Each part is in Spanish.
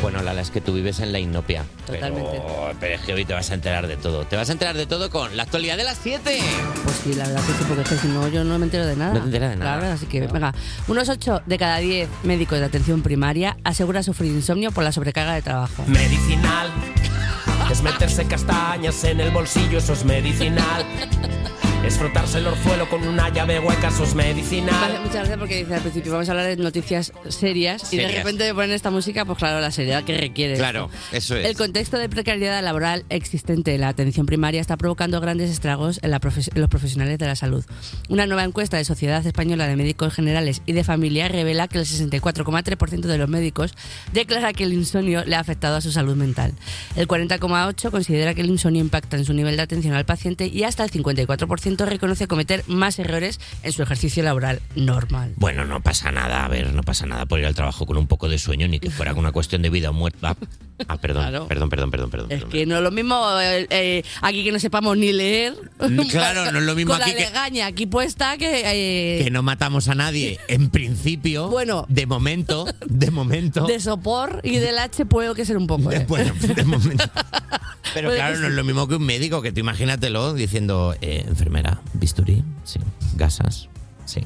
Bueno, Lala, es que tú vives en la inopia. Totalmente. Pero es que hoy te vas a enterar de todo. Te vas a enterar de todo con la actualidad de las 7. Pues sí, la verdad que sí, porque es que si no, yo no me entero de nada. No te enteras de nada. Claro, así que, venga. Unos 8 de cada 10 médicos de atención primaria asegura sufrir insomnio por la sobrecarga de trabajo. Medicinal. Es meterse castañas en el bolsillo, eso es medicinal. Es frotarse el orzuelo con una llave hueca, eso es medicinal. Muchas gracias porque dice al principio vamos a hablar de noticias serias y de repente me ponen esta música, pues claro, la seriedad que requiere. Claro, eso es. El contexto de precariedad laboral existente en la atención primaria está provocando grandes estragos en los profesionales de la salud. Una nueva encuesta de Sociedad Española de Médicos Generales y de Familia revela que el 64,3% de los médicos declara que el insomnio le ha afectado a su salud mental. El 40,8% considera que el insomnio impacta en su nivel de atención al paciente y hasta el 54% reconoce cometer más errores en su ejercicio laboral normal. Bueno, no pasa nada, a ver, no pasa nada por ir al trabajo con un poco de sueño, ni que fuera con una cuestión de vida o muerte. Perdón, Claro. perdón. Es que no es lo mismo aquí que no sepamos ni leer. Claro, no es lo mismo con aquí la que... legaña aquí puesta que no matamos a nadie, en principio. Bueno. De momento. De sopor y del H puedo que ser un poco. Bueno, de momento. Pero Puede claro, que no es lo mismo que un médico, que tú imagínatelo diciendo, enfermera, bisturí, sí, gasas, sí.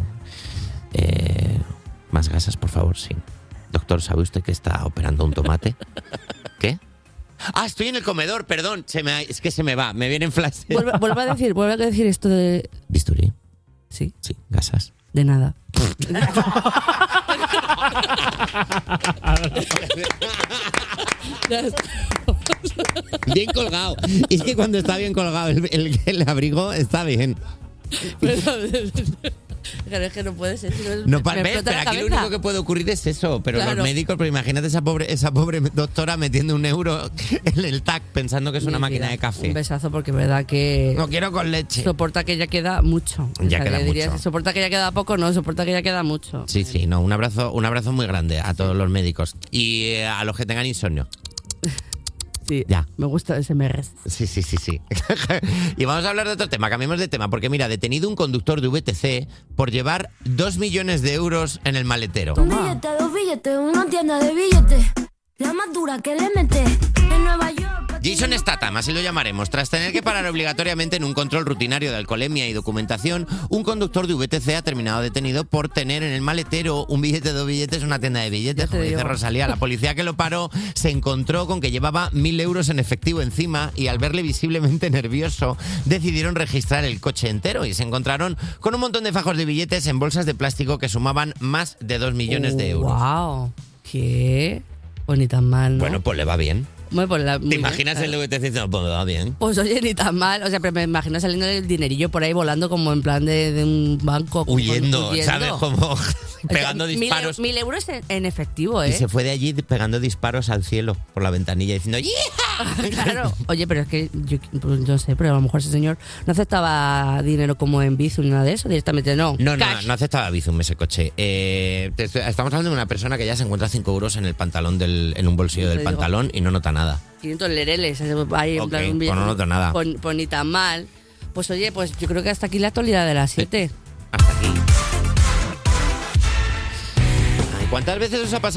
Más gasas, por favor, sí. Doctor, ¿sabe usted que está operando un tomate? ¿Qué? Ah, estoy en el comedor, perdón, es que se me va, me vienen flashes. Vuelve a decir esto de... ¿Bisturí? Sí. Sí, gasas. De nada. Bien colgado. Y es que cuando está bien colgado el abrigo está bien. Claro, es que no puede ser. No, me pero explota la aquí lo cabeza. único que puede ocurrir es eso. Pero Claro. los médicos, pero imagínate esa pobre doctora metiendo un euro en el TAC pensando que es una Mi máquina vida, de café. Un besazo porque es verdad que... No quiero con leche. Soporta que ya queda mucho. Ya queda le dirías, mucho. Soporta que ya queda poco, no, soporta que ya queda mucho. Sí, no, un abrazo muy grande a todos los médicos. Y a los que tengan insomnio. Sí, Ya. Me gusta ese MRS. Sí. Y vamos a hablar de otro tema, cambiemos de tema, porque mira, detenido un conductor de VTC por llevar 2 millones de euros en el maletero. Un billete, 2 billetes, una tienda de billetes. La más dura que le mete en Nueva York. Jason Statham, así lo llamaremos. Tras tener que parar obligatoriamente en un control rutinario de alcoholemia y documentación, un conductor de VTC ha terminado detenido por tener en el maletero un billete, 2 billetes, una tienda de billetes, Ya te como dice digo. Rosalía. La policía que lo paró se encontró con que llevaba 1.000 euros en efectivo encima y al verle visiblemente nervioso decidieron registrar el coche entero y se encontraron con un montón de fajos de billetes en bolsas de plástico que sumaban más de 2 millones de euros. ¡Wow! ¿Qué? Pues ni tan mal, ¿no? Bueno, pues le va bien. Bueno, pues ¿Te imaginas el VTC diciendo, pues me va bien? Pues oye, ni tan mal. O sea, pero me imagino saliendo del dinerillo por ahí volando como en plan de un banco. Huyendo, ¿sabes? Como pegando O sea, disparos. 1.000 euros en efectivo, ¿eh? Y se fue de allí pegando disparos al cielo por la ventanilla diciendo ¡yeah! Claro. Oye, pero es que yo no sé, pero a lo mejor ese señor no aceptaba dinero como en Bizum ni nada de eso, directamente no. No Cash. aceptaba Bizum ese coche. Estamos hablando de una persona que ya se encuentra 5 euros en el pantalón en un bolsillo del Te digo. pantalón y no nota nada. 500 lereles, ahí en Ok, plan un pues no noto nada. Pues ni tan mal. Pues oye, pues yo creo que hasta aquí la actualidad de las 7. Hasta aquí. Ay, ¿cuántas veces os ha pasado